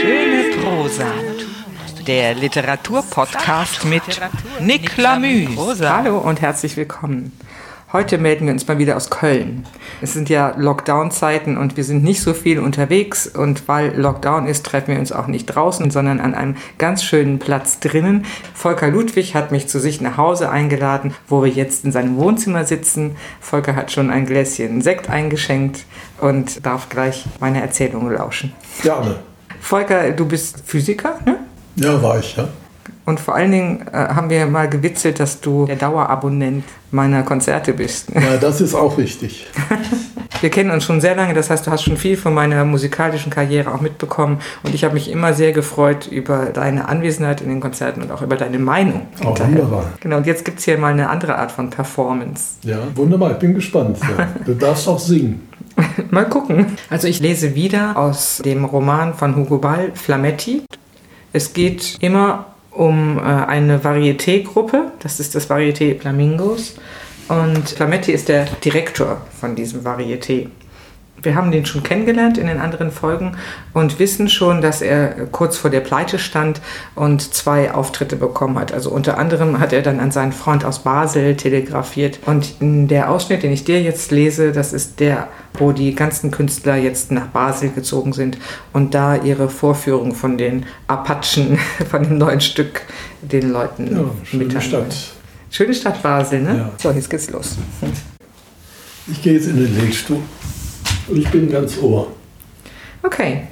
Schöne Prosa. Der Literaturpodcast mit Nick Lamüs. Hallo und herzlich willkommen. Heute melden wir uns mal wieder aus Köln. Es sind ja Lockdown-Zeiten und wir sind nicht so viel unterwegs. Und weil Lockdown ist, treffen wir uns auch nicht draußen, sondern an einem ganz schönen Platz drinnen. Volker Ludwig hat mich zu sich nach Hause eingeladen, wo wir jetzt in seinem Wohnzimmer sitzen. Volker hat schon ein Gläschen Sekt eingeschenkt und darf gleich meine Erzählung lauschen. Gerne. Volker, du bist Physiker, ne? Ja, war ich, ja. Und vor allen Dingen haben wir mal gewitzelt, dass du der Dauerabonnent meiner Konzerte bist. Ja, das ist auch richtig. Wir kennen uns schon sehr lange, das heißt, du hast schon viel von meiner musikalischen Karriere auch mitbekommen. Und ich habe mich immer sehr gefreut über deine Anwesenheit in den Konzerten und auch über deine Meinung. Oh, wunderbar. Genau, und jetzt gibt es hier mal eine andere Art von Performance. Ja, wunderbar, ich bin gespannt. Ja. Du darfst auch singen. Mal gucken. Also ich lese wieder aus dem Roman von Hugo Ball, Flametti. Es geht immer um eine Varieté-Gruppe, das ist das Varieté Flamingos, und Flametti ist der Direktor von diesem Varieté. Wir haben den schon kennengelernt in den anderen Folgen und wissen schon, dass er kurz vor der Pleite stand und 2 Auftritte bekommen hat. Also unter anderem hat er dann an seinen Freund aus Basel telegrafiert. Und der Ausschnitt, den ich dir jetzt lese, das ist der, wo die ganzen Künstler jetzt nach Basel gezogen sind und da ihre Vorführung von den Apachen, von dem neuen Stück, den Leuten schöne Stadt. Schöne Stadt Basel, ne? Ja. So, jetzt geht's los. Ich gehe jetzt in den Lehnstuhl. Und ich bin ganz ohr. Okay.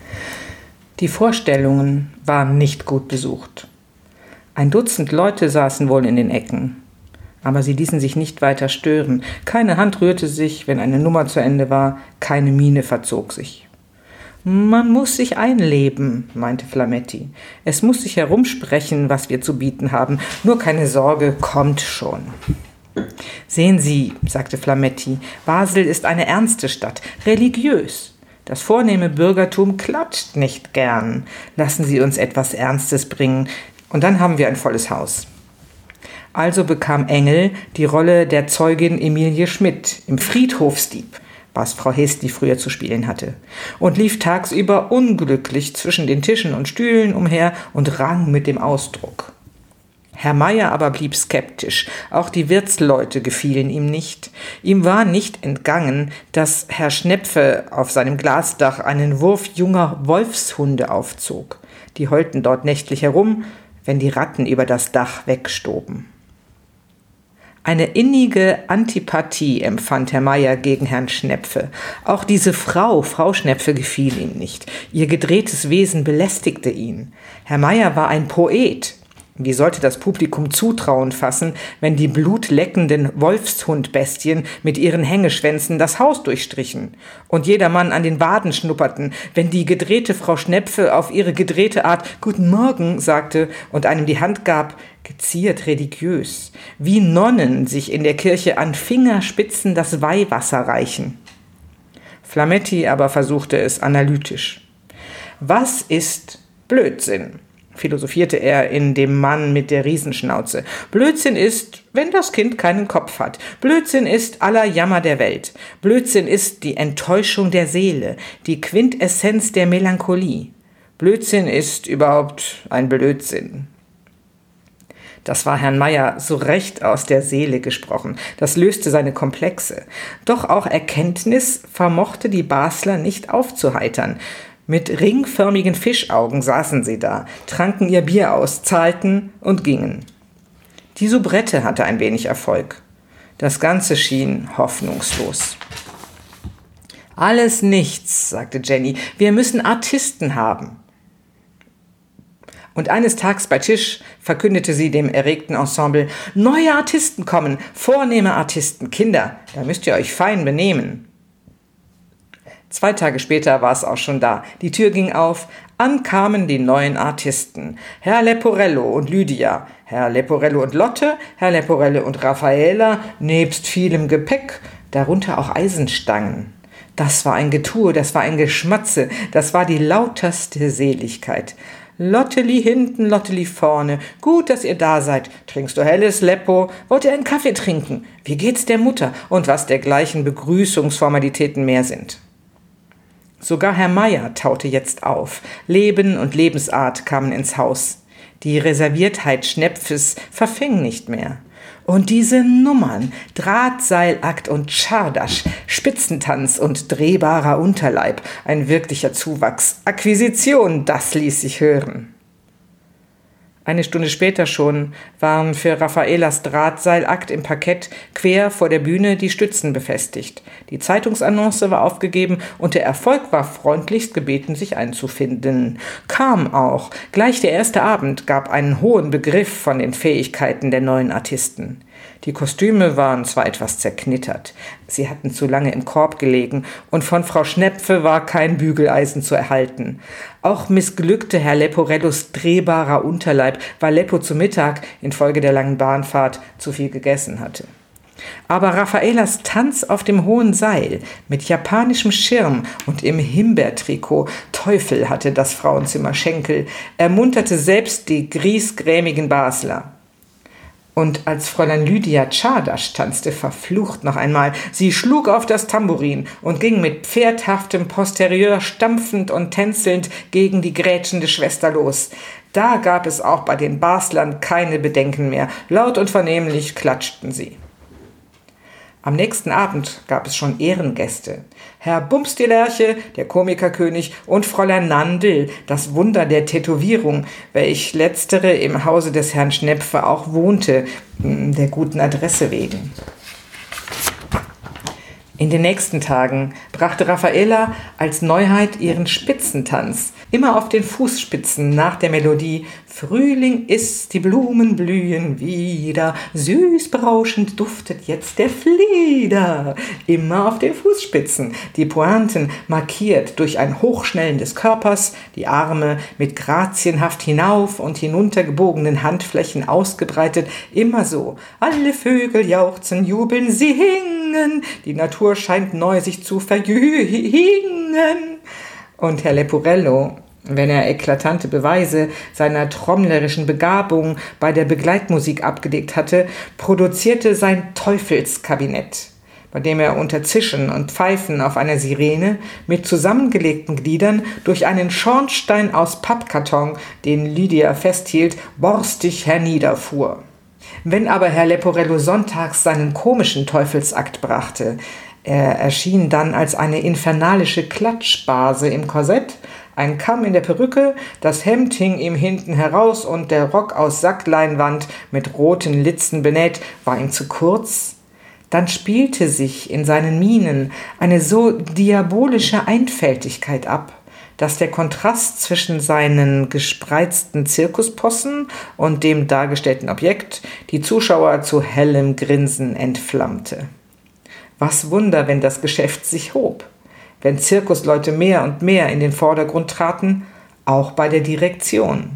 Die Vorstellungen waren nicht gut besucht. 1 Dutzend Leute saßen wohl in den Ecken. Aber sie ließen sich nicht weiter stören. Keine Hand rührte sich, wenn eine Nummer zu Ende war. Keine Miene verzog sich. Man muss sich einleben, meinte Flametti. Es muss sich herumsprechen, was wir zu bieten haben. Nur keine Sorge, kommt schon. Sehen Sie, sagte Flametti, Basel ist eine ernste Stadt, religiös. Das vornehme Bürgertum klatscht nicht gern. Lassen Sie uns etwas Ernstes bringen, und dann haben wir ein volles Haus. Also bekam Engel die Rolle der Zeugin Emilie Schmidt im Friedhofsdieb, was Frau Hesti früher zu spielen hatte, und lief tagsüber unglücklich zwischen den Tischen und Stühlen umher und rang mit dem Ausdruck. Herr Meier aber blieb skeptisch, auch die Wirtsleute gefielen ihm nicht. Ihm war nicht entgangen, dass Herr Schnepfe auf seinem Glasdach einen Wurf junger Wolfshunde aufzog. Die heulten dort nächtlich herum, wenn die Ratten über das Dach wegstoben. Eine innige Antipathie empfand Herr Meier gegen Herrn Schnepfe. Auch diese Frau Schnepfe, gefiel ihm nicht. Ihr gedrehtes Wesen belästigte ihn. Herr Meier war ein Poet. Wie sollte das Publikum Zutrauen fassen, wenn die blutleckenden Wolfshundbestien mit ihren Hängeschwänzen das Haus durchstrichen und jedermann an den Waden schnupperten, wenn die gedrehte Frau Schnepfe auf ihre gedrehte Art »Guten Morgen« sagte und einem die Hand gab, geziert religiös, wie Nonnen sich in der Kirche an Fingerspitzen das Weihwasser reichen. Flametti aber versuchte es analytisch. Was ist Blödsinn? Philosophierte er in dem Mann mit der Riesenschnauze. Blödsinn ist, wenn das Kind keinen Kopf hat. Blödsinn ist aller Jammer der Welt. Blödsinn ist die Enttäuschung der Seele, die Quintessenz der Melancholie. Blödsinn ist überhaupt ein Blödsinn. Das war Herrn Meier so recht aus der Seele gesprochen. Das löste seine Komplexe. Doch auch Erkenntnis vermochte die Basler nicht aufzuheitern. Mit ringförmigen Fischaugen saßen sie da, tranken ihr Bier aus, zahlten und gingen. Die Soubrette hatte ein wenig Erfolg. Das Ganze schien hoffnungslos. Alles nichts, sagte Jenny. Wir müssen Artisten haben. Und eines Tages bei Tisch verkündete sie dem erregten Ensemble, neue Artisten kommen, vornehme Artisten, Kinder, da müsst ihr euch fein benehmen. 2 Tage später war es auch schon da. Die Tür ging auf, an kamen die neuen Artisten. Herr Leporello und Lydia, Herr Leporello und Lotte, Herr Leporello und Raffaella, nebst vielem Gepäck, darunter auch Eisenstangen. Das war ein Getue, das war ein Geschmatze, das war die lauterste Seligkeit. Lotteli hinten, Lotteli vorne, gut, dass ihr da seid. Trinkst du helles, Leppo? Wollt ihr einen Kaffee trinken? Wie geht's der Mutter? Und was dergleichen Begrüßungsformalitäten mehr sind. Sogar Herr Meier taute jetzt auf. Leben und Lebensart kamen ins Haus. Die Reserviertheit Schnepfes verfing nicht mehr. Und diese Nummern, Drahtseilakt und Czardasch, Spitzentanz und drehbarer Unterleib, ein wirklicher Zuwachs, Akquisition, das ließ sich hören. Eine Stunde später schon waren für Raffaelas Drahtseilakt im Parkett quer vor der Bühne die Stützen befestigt. Die Zeitungsannonce war aufgegeben und der Erfolg war freundlichst gebeten, sich einzufinden. Kam auch. Gleich der erste Abend gab einen hohen Begriff von den Fähigkeiten der neuen Artisten. Die Kostüme waren zwar etwas zerknittert, sie hatten zu lange im Korb gelegen und von Frau Schnepfe war kein Bügeleisen zu erhalten. Auch missglückte Herr Leporellos drehbarer Unterleib, weil Leppo zu Mittag infolge der langen Bahnfahrt zu viel gegessen hatte. Aber Raffaelas Tanz auf dem hohen Seil mit japanischem Schirm und im Himbeertrikot, Teufel hatte das Frauenzimmer Schenkel, ermunterte selbst die griesgrämigen Basler. Und als Fräulein Lydia Czardasch tanzte, verflucht noch einmal. Sie schlug auf das Tambourin und ging mit pferdhaftem Posterieur stampfend und tänzelnd gegen die grätschende Schwester los. Da gab es auch bei den Baslern keine Bedenken mehr. Laut und vernehmlich klatschten sie. Am nächsten Abend gab es schon Ehrengäste. Herr Bums die Lerche, der Komikerkönig, und Fräulein Nandl, das Wunder der Tätowierung, welch letztere im Hause des Herrn Schnepfe auch wohnte, der guten Adresse wegen. In den nächsten Tagen brachte Raffaela als Neuheit ihren Spitzentanz, immer auf den Fußspitzen nach der Melodie »Frühling ist, die Blumen blühen wieder, süß berauschend duftet jetzt der Flieder«, immer auf den Fußspitzen, die Pointen markiert durch ein Hochschnellen des Körpers, die Arme mit grazienhaft hinauf und hinunter gebogenen Handflächen ausgebreitet, immer so, alle Vögel jauchzen, jubeln, singen, die Natur scheint neu sich zu verjüngen. Und Herr Leporello, wenn er eklatante Beweise seiner trommlerischen Begabung bei der Begleitmusik abgelegt hatte, produzierte sein Teufelskabinett, bei dem er unter Zischen und Pfeifen auf einer Sirene mit zusammengelegten Gliedern durch einen Schornstein aus Pappkarton, den Lydia festhielt, borstig herniederfuhr. Wenn aber Herr Leporello sonntags seinen komischen Teufelsakt brachte, er erschien dann als eine infernalische Klatschbase im Korsett, ein Kamm in der Perücke, das Hemd hing ihm hinten heraus und der Rock aus Sackleinwand mit roten Litzen benäht war ihm zu kurz. Dann spielte sich in seinen Mienen eine so diabolische Einfältigkeit ab, dass der Kontrast zwischen seinen gespreizten Zirkuspossen und dem dargestellten Objekt die Zuschauer zu hellem Grinsen entflammte. Was Wunder, wenn das Geschäft sich hob, wenn Zirkusleute mehr und mehr in den Vordergrund traten, auch bei der Direktion.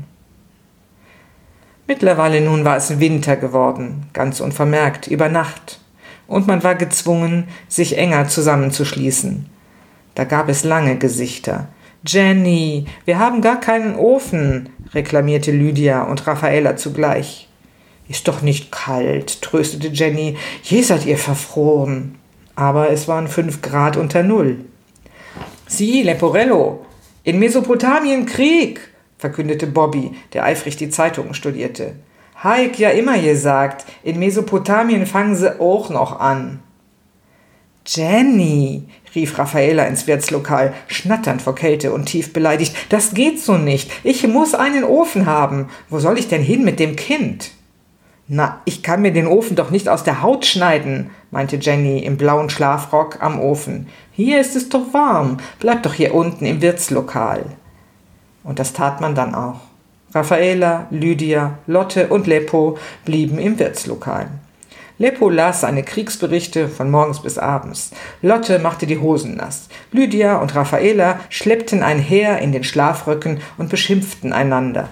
Mittlerweile nun war es Winter geworden, ganz unvermerkt, über Nacht, und man war gezwungen, sich enger zusammenzuschließen. Da gab es lange Gesichter. »Jenny, wir haben gar keinen Ofen«, reklamierte Lydia und Raffaela zugleich. »Ist doch nicht kalt«, tröstete Jenny, »je seid ihr verfroren.« Aber es waren 5 Grad unter Null. »Sieh, Leporello, in Mesopotamien Krieg«, verkündete Bobby, der eifrig die Zeitungen studierte. »Haik ja immer gesagt, in Mesopotamien fangen sie auch noch an.« »Jenny«, rief Raffaela ins Wirtslokal, schnatternd vor Kälte und tief beleidigt, »das geht so nicht. Ich muss einen Ofen haben. Wo soll ich denn hin mit dem Kind?« »Na, ich kann mir den Ofen doch nicht aus der Haut schneiden«, meinte Jenny im blauen Schlafrock am Ofen. »Hier ist es doch warm. Bleib doch hier unten im Wirtslokal.« Und das tat man dann auch. Raffaela, Lydia, Lotte und Leppo blieben im Wirtslokal. Leppo las seine Kriegsberichte von morgens bis abends. Lotte machte die Hosen nass. Lydia und Raffaela schleppten ein Heer in den Schlafröcken und beschimpften einander.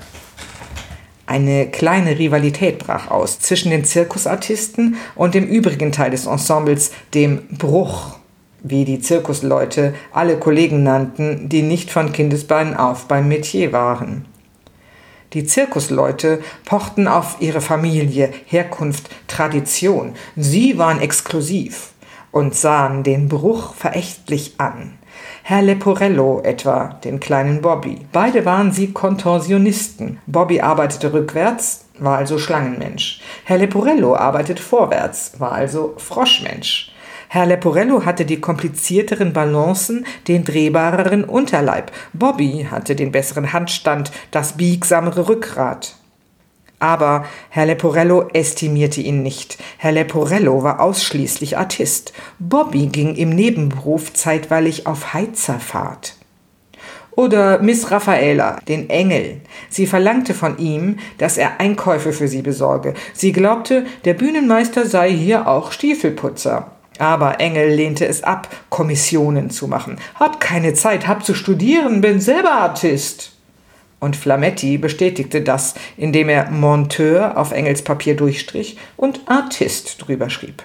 Eine kleine Rivalität brach aus zwischen den Zirkusartisten und dem übrigen Teil des Ensembles, dem Bruch, wie die Zirkusleute alle Kollegen nannten, die nicht von Kindesbeinen auf beim Metier waren. Die Zirkusleute pochten auf ihre Familie, Herkunft, Tradition. Sie waren exklusiv und sahen den Bruch verächtlich an. Herr Leporello etwa, den kleinen Bobby. Beide waren sie Kontorsionisten. Bobby arbeitete rückwärts, war also Schlangenmensch. Herr Leporello arbeitet vorwärts, war also Froschmensch. Herr Leporello hatte die komplizierteren Balancen, den drehbareren Unterleib. Bobby hatte den besseren Handstand, das biegsamere Rückgrat. Aber Herr Leporello estimierte ihn nicht. Herr Leporello war ausschließlich Artist. Bobby ging im Nebenberuf zeitweilig auf Heizerfahrt. Oder Miss Raffaela, den Engel. Sie verlangte von ihm, dass er Einkäufe für sie besorge. Sie glaubte, der Bühnenmeister sei hier auch Stiefelputzer. Aber Engel lehnte es ab, Kommissionen zu machen. Hab keine Zeit, hab zu studieren, bin selber Artist. Und Flametti bestätigte das, indem er Monteur auf Engels Papier durchstrich und Artist drüber schrieb.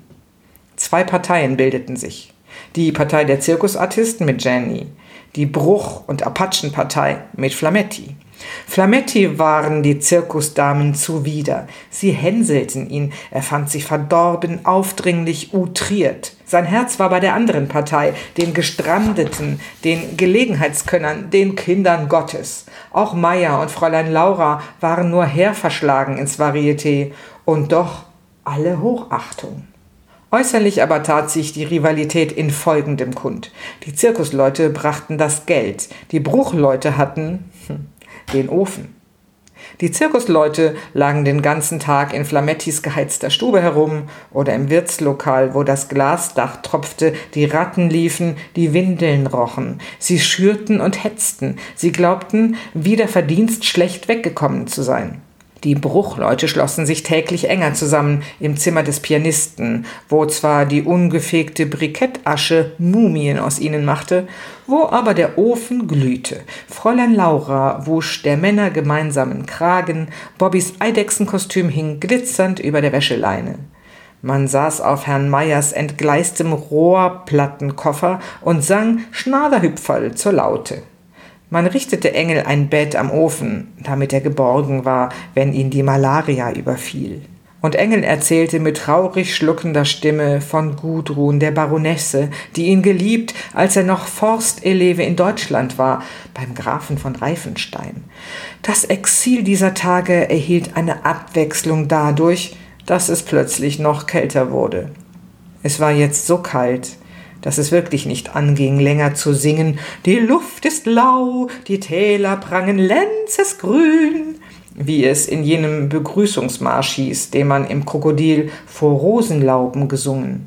2 Parteien bildeten sich. Die Partei der Zirkusartisten mit Jenny, die Bruch- und Apachenpartei mit Flametti. Flametti waren die Zirkusdamen zuwider. Sie hänselten ihn, er fand sie verdorben, aufdringlich, outriert. Sein Herz war bei der anderen Partei, den Gestrandeten, den Gelegenheitskönnern, den Kindern Gottes. Auch Meier und Fräulein Laura waren nur herverschlagen ins Varieté und doch alle Hochachtung. Äußerlich aber tat sich die Rivalität in folgendem kund. Die Zirkusleute brachten das Geld, die Bruchleute hatten den Ofen. Die Zirkusleute lagen den ganzen Tag in Flamettis geheizter Stube herum oder im Wirtslokal, wo das Glasdach tropfte, die Ratten liefen, die Windeln rochen. Sie schürten und hetzten. Sie glaubten, wider Verdienst schlecht weggekommen zu sein. Die Bruchleute schlossen sich täglich enger zusammen im Zimmer des Pianisten, wo zwar die ungefegte Brikettasche Mumien aus ihnen machte, wo aber der Ofen glühte. Fräulein Laura wusch der Männer gemeinsamen Kragen, Bobbys Eidechsenkostüm hing glitzernd über der Wäscheleine. Man saß auf Herrn Meyers entgleistem Rohrplattenkoffer und sang Schnaderhüpferl zur Laute. Man richtete Engel ein Bett am Ofen, damit er geborgen war, wenn ihn die Malaria überfiel. Und Engel erzählte mit traurig schluckender Stimme von Gudrun, der Baronesse, die ihn geliebt, als er noch Forsteleve in Deutschland war, beim Grafen von Reifenstein. Das Exil dieser Tage erhielt eine Abwechslung dadurch, dass es plötzlich noch kälter wurde. Es war jetzt so kalt, dass es wirklich nicht anging, länger zu singen. Die Luft ist lau, die Täler prangen lenzesgrün, wie es in jenem Begrüßungsmarsch hieß, den man im Krokodil vor Rosenlauben gesungen.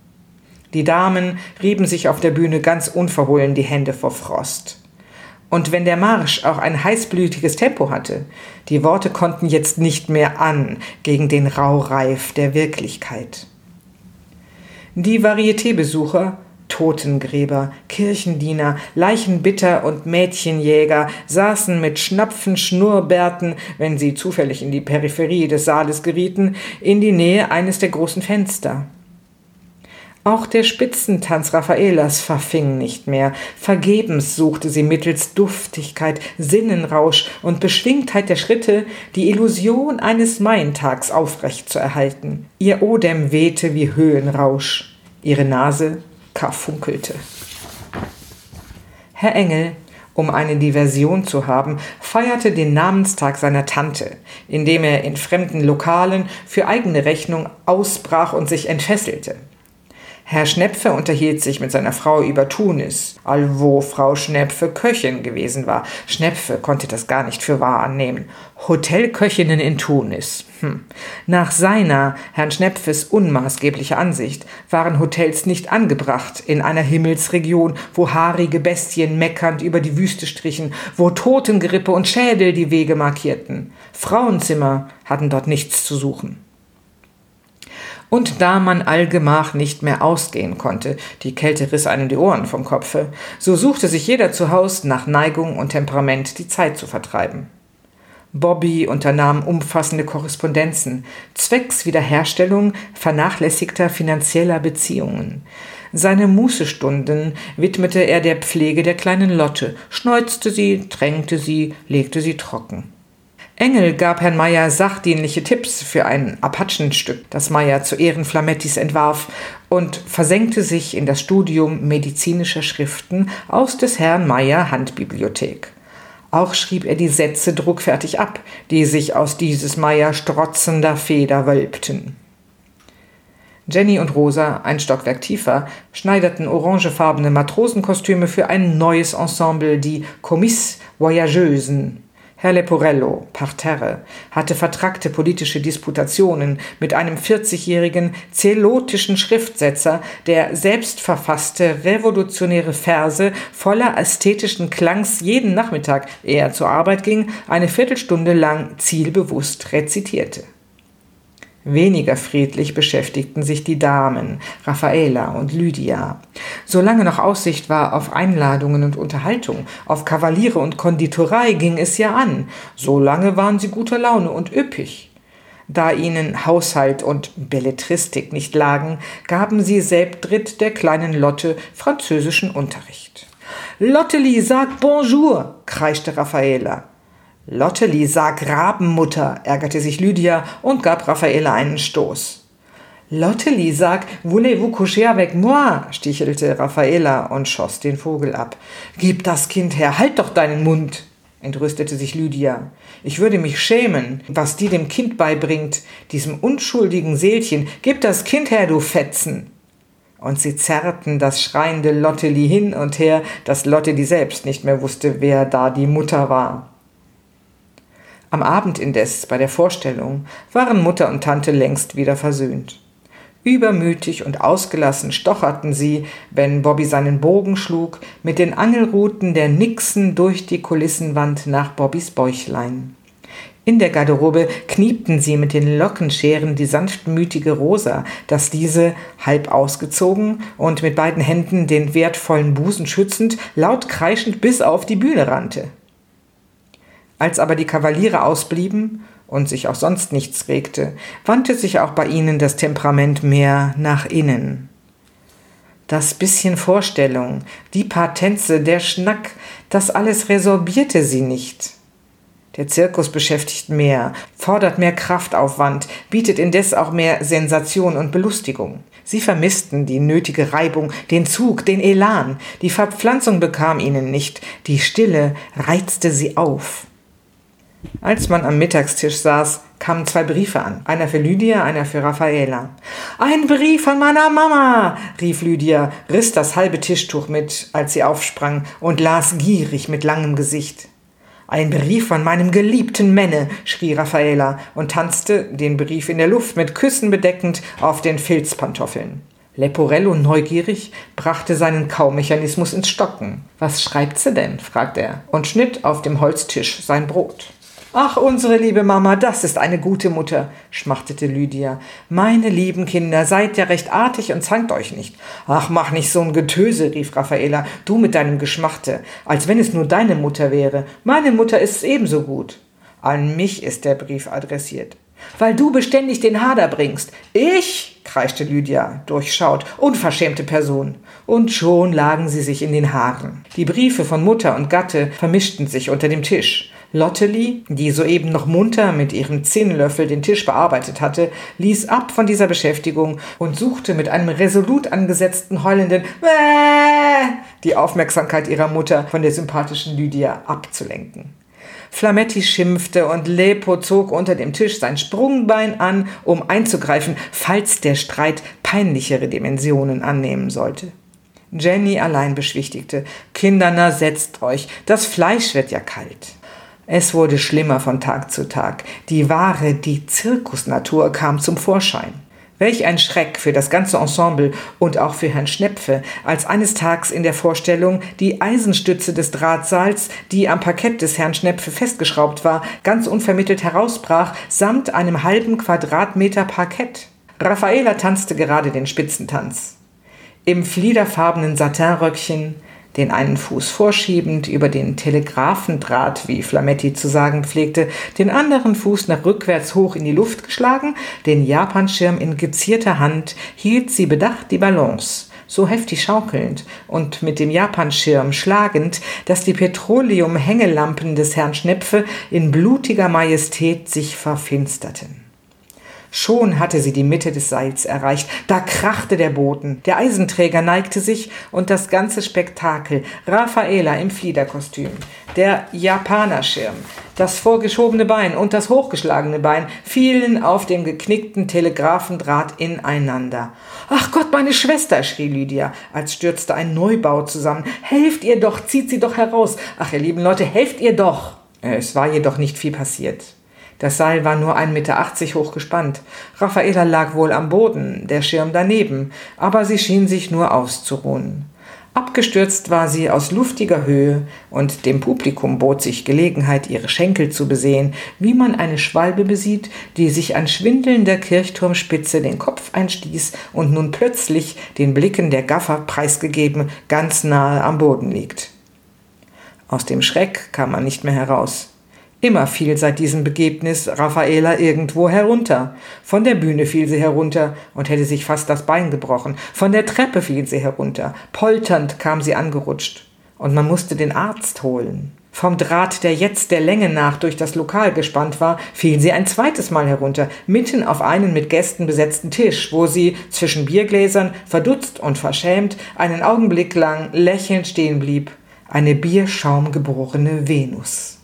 Die Damen rieben sich auf der Bühne ganz unverhohlen die Hände vor Frost. Und wenn der Marsch auch ein heißblütiges Tempo hatte, die Worte konnten jetzt nicht mehr an gegen den Raureif der Wirklichkeit. Die Varieté-Besucher, Totengräber, Kirchendiener, Leichenbitter und Mädchenjäger saßen mit schnapfen Schnurrbärten, wenn sie zufällig in die Peripherie des Saales gerieten, in die Nähe eines der großen Fenster. Auch der Spitzentanz Raffaelas verfing nicht mehr. Vergebens suchte sie mittels Duftigkeit, Sinnenrausch und Beschwingtheit der Schritte die Illusion eines Maientags aufrecht zu erhalten. Ihr Odem wehte wie Höhenrausch, ihre Nase karfunkelte. Herr Engel, um eine Diversion zu haben, feierte den Namenstag seiner Tante, indem er in fremden Lokalen für eigene Rechnung ausbrach und sich entfesselte. Herr Schnepfe unterhielt sich mit seiner Frau über Tunis, allwo Frau Schnepfe Köchin gewesen war. Schnepfe konnte das gar nicht für wahr annehmen. Hotelköchinnen in Tunis. Nach seiner, Herrn Schnepfes, unmaßgeblicher Ansicht waren Hotels nicht angebracht in einer Himmelsregion, wo haarige Bestien meckernd über die Wüste strichen, wo Totengerippe und Schädel die Wege markierten. Frauenzimmer hatten dort nichts zu suchen. Und da man allgemach nicht mehr ausgehen konnte, die Kälte riss einem die Ohren vom Kopfe, so suchte sich jeder zu Haus nach Neigung und Temperament die Zeit zu vertreiben. Bobby unternahm umfassende Korrespondenzen, zwecks Wiederherstellung vernachlässigter finanzieller Beziehungen. Seine Mußestunden widmete er der Pflege der kleinen Lotte, schneuzte sie, tränkte sie, legte sie trocken. Engel gab Herrn Meyer sachdienliche Tipps für ein Apachenstück, das Meyer zu Ehren Flamettis entwarf, und versenkte sich in das Studium medizinischer Schriften aus des Herrn Meyer Handbibliothek. Auch schrieb er die Sätze druckfertig ab, die sich aus dieses Meyer strotzender Feder wölbten. Jenny und Rosa, ein Stockwerk tiefer, schneiderten orangefarbene Matrosenkostüme für ein neues Ensemble, die Comices Voyageusen. Herr Leporello, Parterre, hatte vertrackte politische Disputationen mit einem 40-jährigen zelotischen Schriftsetzer, der selbstverfasste revolutionäre Verse voller ästhetischen Klangs jeden Nachmittag, ehe er zur Arbeit ging, eine Viertelstunde lang zielbewusst rezitierte. Weniger friedlich beschäftigten sich die Damen, Raffaela und Lydia. Solange noch Aussicht war auf Einladungen und Unterhaltung, auf Kavaliere und Konditorei ging es ja an. Solange waren sie guter Laune und üppig. Da ihnen Haushalt und Belletristik nicht lagen, gaben sie selbdritt der kleinen Lotte französischen Unterricht. »Lotteli, sag Bonjour«, kreischte Raffaela. »Lotteli, sag Rabenmutter«, ärgerte sich Lydia und gab Raffaela einen Stoß. »Lotteli, sag Voulez-vous coucher avec moi«, stichelte Raffaela und schoss den Vogel ab. »Gib das Kind her, halt doch deinen Mund«, entrüstete sich Lydia. »Ich würde mich schämen, was die dem Kind beibringt, diesem unschuldigen Seelchen. Gib das Kind her, du Fetzen!« Und sie zerrten das schreiende Lotteli hin und her, dass Lotteli selbst nicht mehr wusste, wer da die Mutter war. Am Abend indes, bei der Vorstellung, waren Mutter und Tante längst wieder versöhnt. Übermütig und ausgelassen stocherten sie, wenn Bobby seinen Bogen schlug, mit den Angelruten der Nixen durch die Kulissenwand nach Bobbys Bäuchlein. In der Garderobe kniepten sie mit den Lockenscheren die sanftmütige Rosa, dass diese, halb ausgezogen und mit beiden Händen den wertvollen Busen schützend, laut kreischend bis auf die Bühne rannte. Als aber die Kavaliere ausblieben und sich auch sonst nichts regte, wandte sich auch bei ihnen das Temperament mehr nach innen. Das bisschen Vorstellung, die paar Tänze, der Schnack, das alles resorbierte sie nicht. Der Zirkus beschäftigt mehr, fordert mehr Kraftaufwand, bietet indes auch mehr Sensation und Belustigung. Sie vermissten die nötige Reibung, den Zug, den Elan. Die Verpflanzung bekam ihnen nicht, die Stille reizte sie auf. Als man am Mittagstisch saß, kamen 2 Briefe an. Einer für Lydia, einer für Raffaela. »Ein Brief von meiner Mama«, rief Lydia, riss das halbe Tischtuch mit, als sie aufsprang, und las gierig mit langem Gesicht. »Ein Brief von meinem geliebten Männe«, schrie Raffaela und tanzte, den Brief in der Luft mit Küssen bedeckend, auf den Filzpantoffeln. Leporello, neugierig, brachte seinen Kaumechanismus ins Stocken. »Was schreibt sie denn?«, fragte er und schnitt auf dem Holztisch sein Brot. »Ach, unsere liebe Mama, das ist eine gute Mutter«, schmachtete Lydia. »Meine lieben Kinder, seid ja recht artig und zankt euch nicht.« »Ach, mach nicht so ein Getöse«, rief Raffaela, »du mit deinem Geschmachte, als wenn es nur deine Mutter wäre. Meine Mutter ist's ebenso gut.« »An mich ist der Brief adressiert.« »Weil du beständig den Hader bringst.« »Ich?«, kreischte Lydia, durchschaut, »unverschämte Person.« Und schon lagen sie sich in den Haaren. Die Briefe von Mutter und Gatte vermischten sich unter dem Tisch. Lotteli, die soeben noch munter mit ihrem Zinnlöffel den Tisch bearbeitet hatte, ließ ab von dieser Beschäftigung und suchte mit einem resolut angesetzten heulenden Wäh die Aufmerksamkeit ihrer Mutter von der sympathischen Lydia abzulenken. Flametti schimpfte und Lepo zog unter dem Tisch sein Sprungbein an, um einzugreifen, falls der Streit peinlichere Dimensionen annehmen sollte. Jenny allein beschwichtigte: »Kinder, na setzt euch, das Fleisch wird ja kalt.« Es wurde schlimmer von Tag zu Tag. Die Zirkusnatur kam zum Vorschein. Welch ein Schreck für das ganze Ensemble und auch für Herrn Schnepfe, als eines Tags in der Vorstellung die Eisenstütze des Drahtseils, die am Parkett des Herrn Schnepfe festgeschraubt war, ganz unvermittelt herausbrach, samt einem halben Quadratmeter Parkett. Raffaela tanzte gerade den Spitzentanz. Im fliederfarbenen Satinröckchen, den einen Fuß vorschiebend über den Telegraphendraht, wie Flametti zu sagen pflegte, den anderen Fuß nach rückwärts hoch in die Luft geschlagen, den Japanschirm in gezierter Hand, hielt sie bedacht die Balance, so heftig schaukelnd und mit dem Japanschirm schlagend, dass die Petroleum-Hängelampen des Herrn Schnepfe in blutiger Majestät sich verfinsterten. Schon hatte sie die Mitte des Seils erreicht, da krachte der Boden, der Eisenträger neigte sich und das ganze Spektakel, Raffaela im Fliederkostüm, der Japanerschirm, das vorgeschobene Bein und das hochgeschlagene Bein fielen auf dem geknickten Telegraphendraht ineinander. »Ach Gott, meine Schwester«, schrie Lydia, als stürzte ein Neubau zusammen. »Helft ihr doch, zieht sie doch heraus! Ach, ihr lieben Leute, helft ihr doch!« Es war jedoch nicht viel passiert. Das Seil war nur 1,80 Meter hoch gespannt. Raffaela lag wohl am Boden, der Schirm daneben, aber sie schien sich nur auszuruhen. Abgestürzt war sie aus luftiger Höhe und dem Publikum bot sich Gelegenheit, ihre Schenkel zu besehen, wie man eine Schwalbe besieht, die sich an schwindelnder Kirchturmspitze den Kopf einstieß und nun plötzlich, den Blicken der Gaffer preisgegeben, ganz nahe am Boden liegt. Aus dem Schreck kam man nicht mehr heraus. Immer fiel seit diesem Begebnis Raffaela irgendwo herunter. Von der Bühne fiel sie herunter und hätte sich fast das Bein gebrochen. Von der Treppe fiel sie herunter. Polternd kam sie angerutscht. Und man musste den Arzt holen. Vom Draht, der jetzt der Länge nach durch das Lokal gespannt war, fiel sie ein zweites Mal herunter, mitten auf einen mit Gästen besetzten Tisch, wo sie zwischen Biergläsern, verdutzt und verschämt, einen Augenblick lang lächelnd stehen blieb. Eine bierschaumgeborene Venus.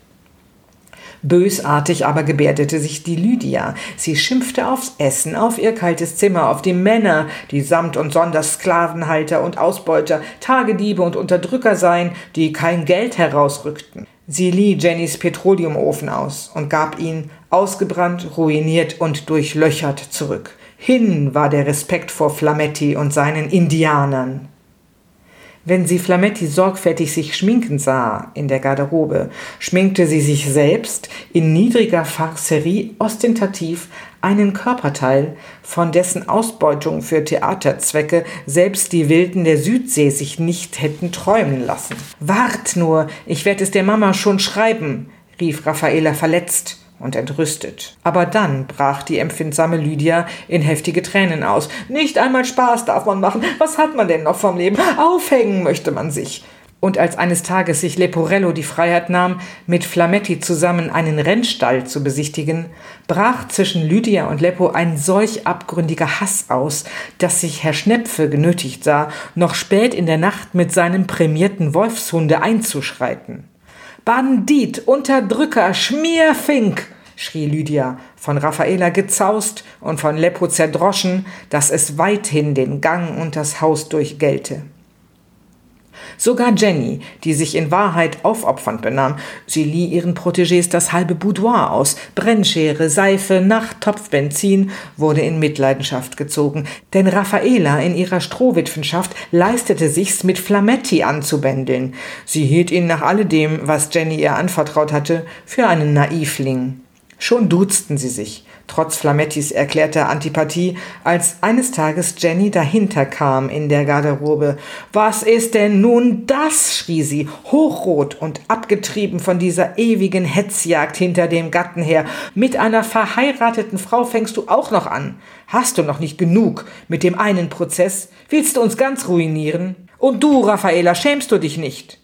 Bösartig aber gebärdete sich die Lydia. Sie schimpfte aufs Essen, auf ihr kaltes Zimmer, auf die Männer, die samt und sonders Sklavenhalter und Ausbeuter, Tagediebe und Unterdrücker seien, die kein Geld herausrückten. Sie lieh Jennys Petroleumofen aus und gab ihn, ausgebrannt, ruiniert und durchlöchert, zurück. Hin war der Respekt vor Flametti und seinen Indianern. Wenn sie Flametti sorgfältig sich schminken sah in der Garderobe, schminkte sie sich selbst in niedriger Farcerie ostentativ einen Körperteil, von dessen Ausbeutung für Theaterzwecke selbst die Wilden der Südsee sich nicht hätten träumen lassen. »Wart nur, ich werde es der Mama schon schreiben«, rief Raffaela verletzt und entrüstet. Aber dann brach die empfindsame Lydia in heftige Tränen aus. »Nicht einmal Spaß darf man machen. Was hat man denn noch vom Leben? Aufhängen möchte man sich.« Und als eines Tages sich Leporello die Freiheit nahm, mit Flametti zusammen einen Rennstall zu besichtigen, brach zwischen Lydia und Leppo ein solch abgründiger Hass aus, dass sich Herr Schnepfe genötigt sah, noch spät in der Nacht mit seinem prämierten Wolfshunde einzuschreiten. »Bandit, Unterdrücker, Schmierfink«, schrie Lydia, von Raffaela gezaust und von Leppo zerdroschen, dass es weithin den Gang und das Haus durchgellte. Sogar Jenny, die sich in Wahrheit aufopfernd benahm, sie lieh ihren Protégés das halbe Boudoir aus, Brennschere, Seife, Nachttopf, Benzin, wurde in Mitleidenschaft gezogen, denn Raffaela in ihrer Strohwitwenschaft leistete sich's, mit Flametti anzubändeln. Sie hielt ihn nach alledem, was Jenny ihr anvertraut hatte, für einen Naivling. Schon duzten sie sich, trotz Flamettis erklärter Antipathie, als eines Tages Jenny dahinter kam in der Garderobe. »Was ist denn nun das?« schrie sie, hochrot und abgetrieben von dieser ewigen Hetzjagd hinter dem Gatten her. »Mit einer verheirateten Frau fängst du auch noch an. Hast du noch nicht genug mit dem einen Prozess? Willst du uns ganz ruinieren? Und du, Raffaela, schämst du dich nicht?«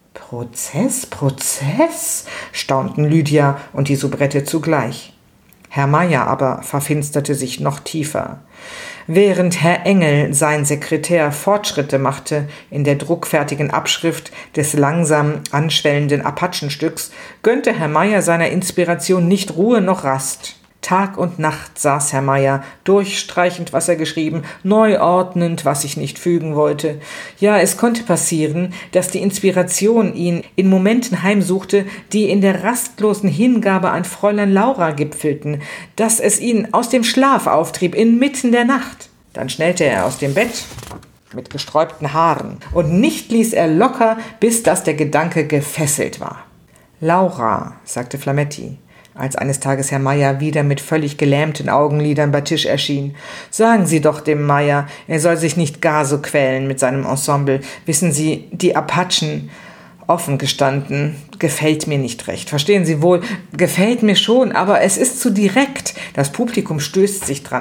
»Prozess?« staunten Lydia und die Soubrette zugleich. Herr Meier aber verfinsterte sich noch tiefer. Während Herr Engel, sein Sekretär, Fortschritte machte in der druckfertigen Abschrift des langsam anschwellenden Apachenstücks, gönnte Herr Meier seiner Inspiration nicht Ruhe noch Rast. Tag und Nacht saß Herr Meier, durchstreichend, was er geschrieben, neu ordnend, was sich nicht fügen wollte. Ja, es konnte passieren, dass die Inspiration ihn in Momenten heimsuchte, die in der rastlosen Hingabe an Fräulein Laura gipfelten, dass es ihn aus dem Schlaf auftrieb, inmitten der Nacht. Dann schnellte er aus dem Bett mit gesträubten Haaren, und nicht ließ er locker, bis dass der Gedanke gefesselt war. »Laura«, sagte Flametti, als eines Tages Herr Meier wieder mit völlig gelähmten Augenlidern bei Tisch erschien. »Sagen Sie doch dem Meier, er soll sich nicht gar so quälen mit seinem Ensemble. Wissen Sie, die Apachen, offen gestanden, gefällt mir nicht recht. Verstehen Sie wohl, gefällt mir schon, aber es ist zu direkt. Das Publikum stößt sich dran.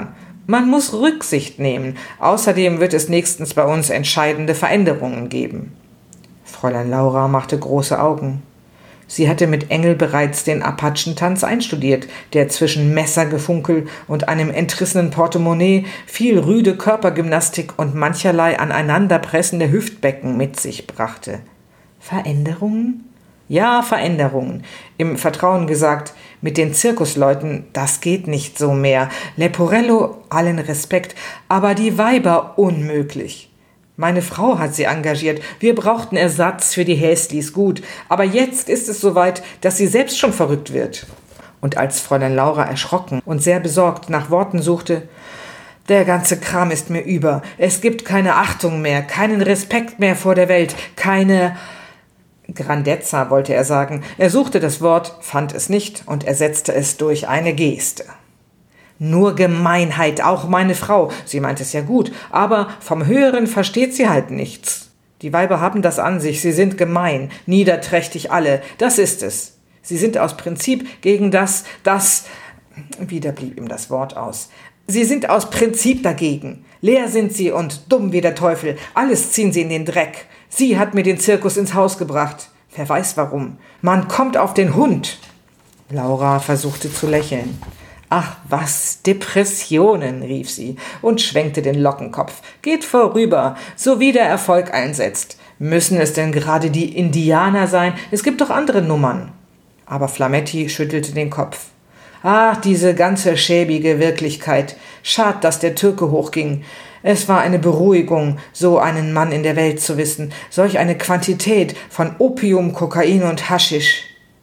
Man muss Rücksicht nehmen. Außerdem wird es nächstens bei uns entscheidende Veränderungen geben. Fräulein Laura machte große Augen. Sie hatte mit Engel bereits den Apachentanz einstudiert, der zwischen Messergefunkel und einem entrissenen Portemonnaie viel rüde Körpergymnastik und mancherlei aneinanderpressende Hüftbecken mit sich brachte. Veränderungen? Ja, Veränderungen. Im Vertrauen gesagt, mit den Zirkusleuten, das geht nicht so mehr. Leporello, allen Respekt, aber die Weiber unmöglich. Meine Frau hat sie engagiert. Wir brauchten Ersatz für die Häslis, gut. Aber jetzt ist es soweit, dass sie selbst schon verrückt wird. Und als Fräulein Laura erschrocken und sehr besorgt nach Worten suchte, der ganze Kram ist mir über. Es gibt keine Achtung mehr, keinen Respekt mehr vor der Welt, keine Grandezza, wollte er sagen. Er suchte das Wort, fand es nicht und ersetzte es durch eine Geste. Nur Gemeinheit, auch meine Frau. Sie meint es ja gut, aber vom Höheren versteht sie halt nichts. Die Weiber haben das an sich, sie sind gemein, niederträchtig alle, das ist es. Sie sind aus Prinzip gegen das, wieder blieb ihm das Wort aus. Sie sind aus Prinzip dagegen. Leer sind sie und dumm wie der Teufel, alles ziehen sie in den Dreck. Sie hat mir den Zirkus ins Haus gebracht. Wer weiß warum. Man kommt auf den Hund. Laura versuchte zu lächeln. »Ach was, Depressionen«, rief sie und schwenkte den Lockenkopf. »Geht vorüber, so wie der Erfolg einsetzt. Müssen es denn gerade die Indianer sein? Es gibt doch andere Nummern.« Aber Flametti schüttelte den Kopf. »Ach, diese ganze schäbige Wirklichkeit. Schad, dass der Türke hochging. Es war eine Beruhigung, so einen Mann in der Welt zu wissen. Solch eine Quantität von Opium, Kokain und Haschisch.«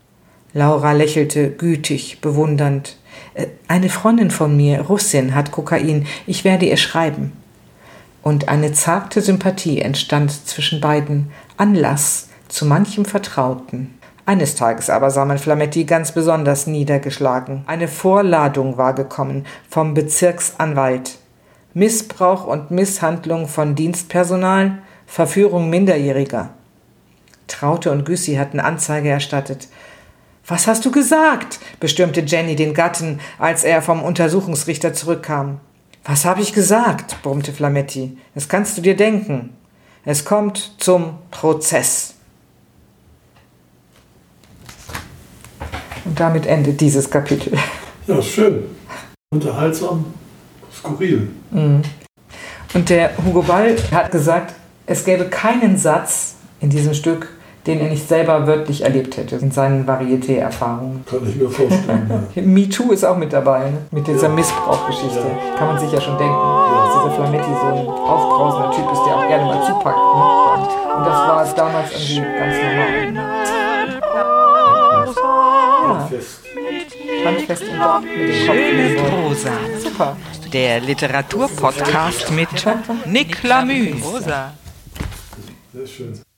Laura lächelte gütig, bewundernd. »Eine Freundin von mir, Russin, hat Kokain. Ich werde ihr schreiben.« Und eine zarte Sympathie entstand zwischen beiden, Anlass zu manchem Vertrauten. Eines Tages aber sah man Flametti ganz besonders niedergeschlagen. Eine Vorladung war gekommen vom Bezirksanwalt. Missbrauch und Misshandlung von Dienstpersonal, Verführung Minderjähriger. Traute und Güssi hatten Anzeige erstattet. »Was hast du gesagt?« bestürmte Jenny den Gatten, als er vom Untersuchungsrichter zurückkam. »Was habe ich gesagt?« brummte Flametti. »Das kannst du dir denken. Es kommt zum Prozess.« Und damit endet dieses Kapitel. Ja, schön. Unterhaltsam, skurril. Und der Hugo Ball hat gesagt, es gäbe keinen Satz in diesem Stück, den er nicht selber wörtlich erlebt hätte, in seinen Varieté-Erfahrungen. Kann ich mir vorstellen, ja. MeToo ist auch mit dabei, ne? Mit dieser Missbrauchgeschichte. Ja. Kann man sich ja schon denken, dass dieser Flametti so ein aufbrausender Typ ist, der auch gerne mal zupackt. Ne? Und das war damals irgendwie ganz normal. Handfest im Kopf, mit dem Kopf. Schöne Prosa. Super. Der Literaturpodcast mit Nick Lamüs. Sehr schön.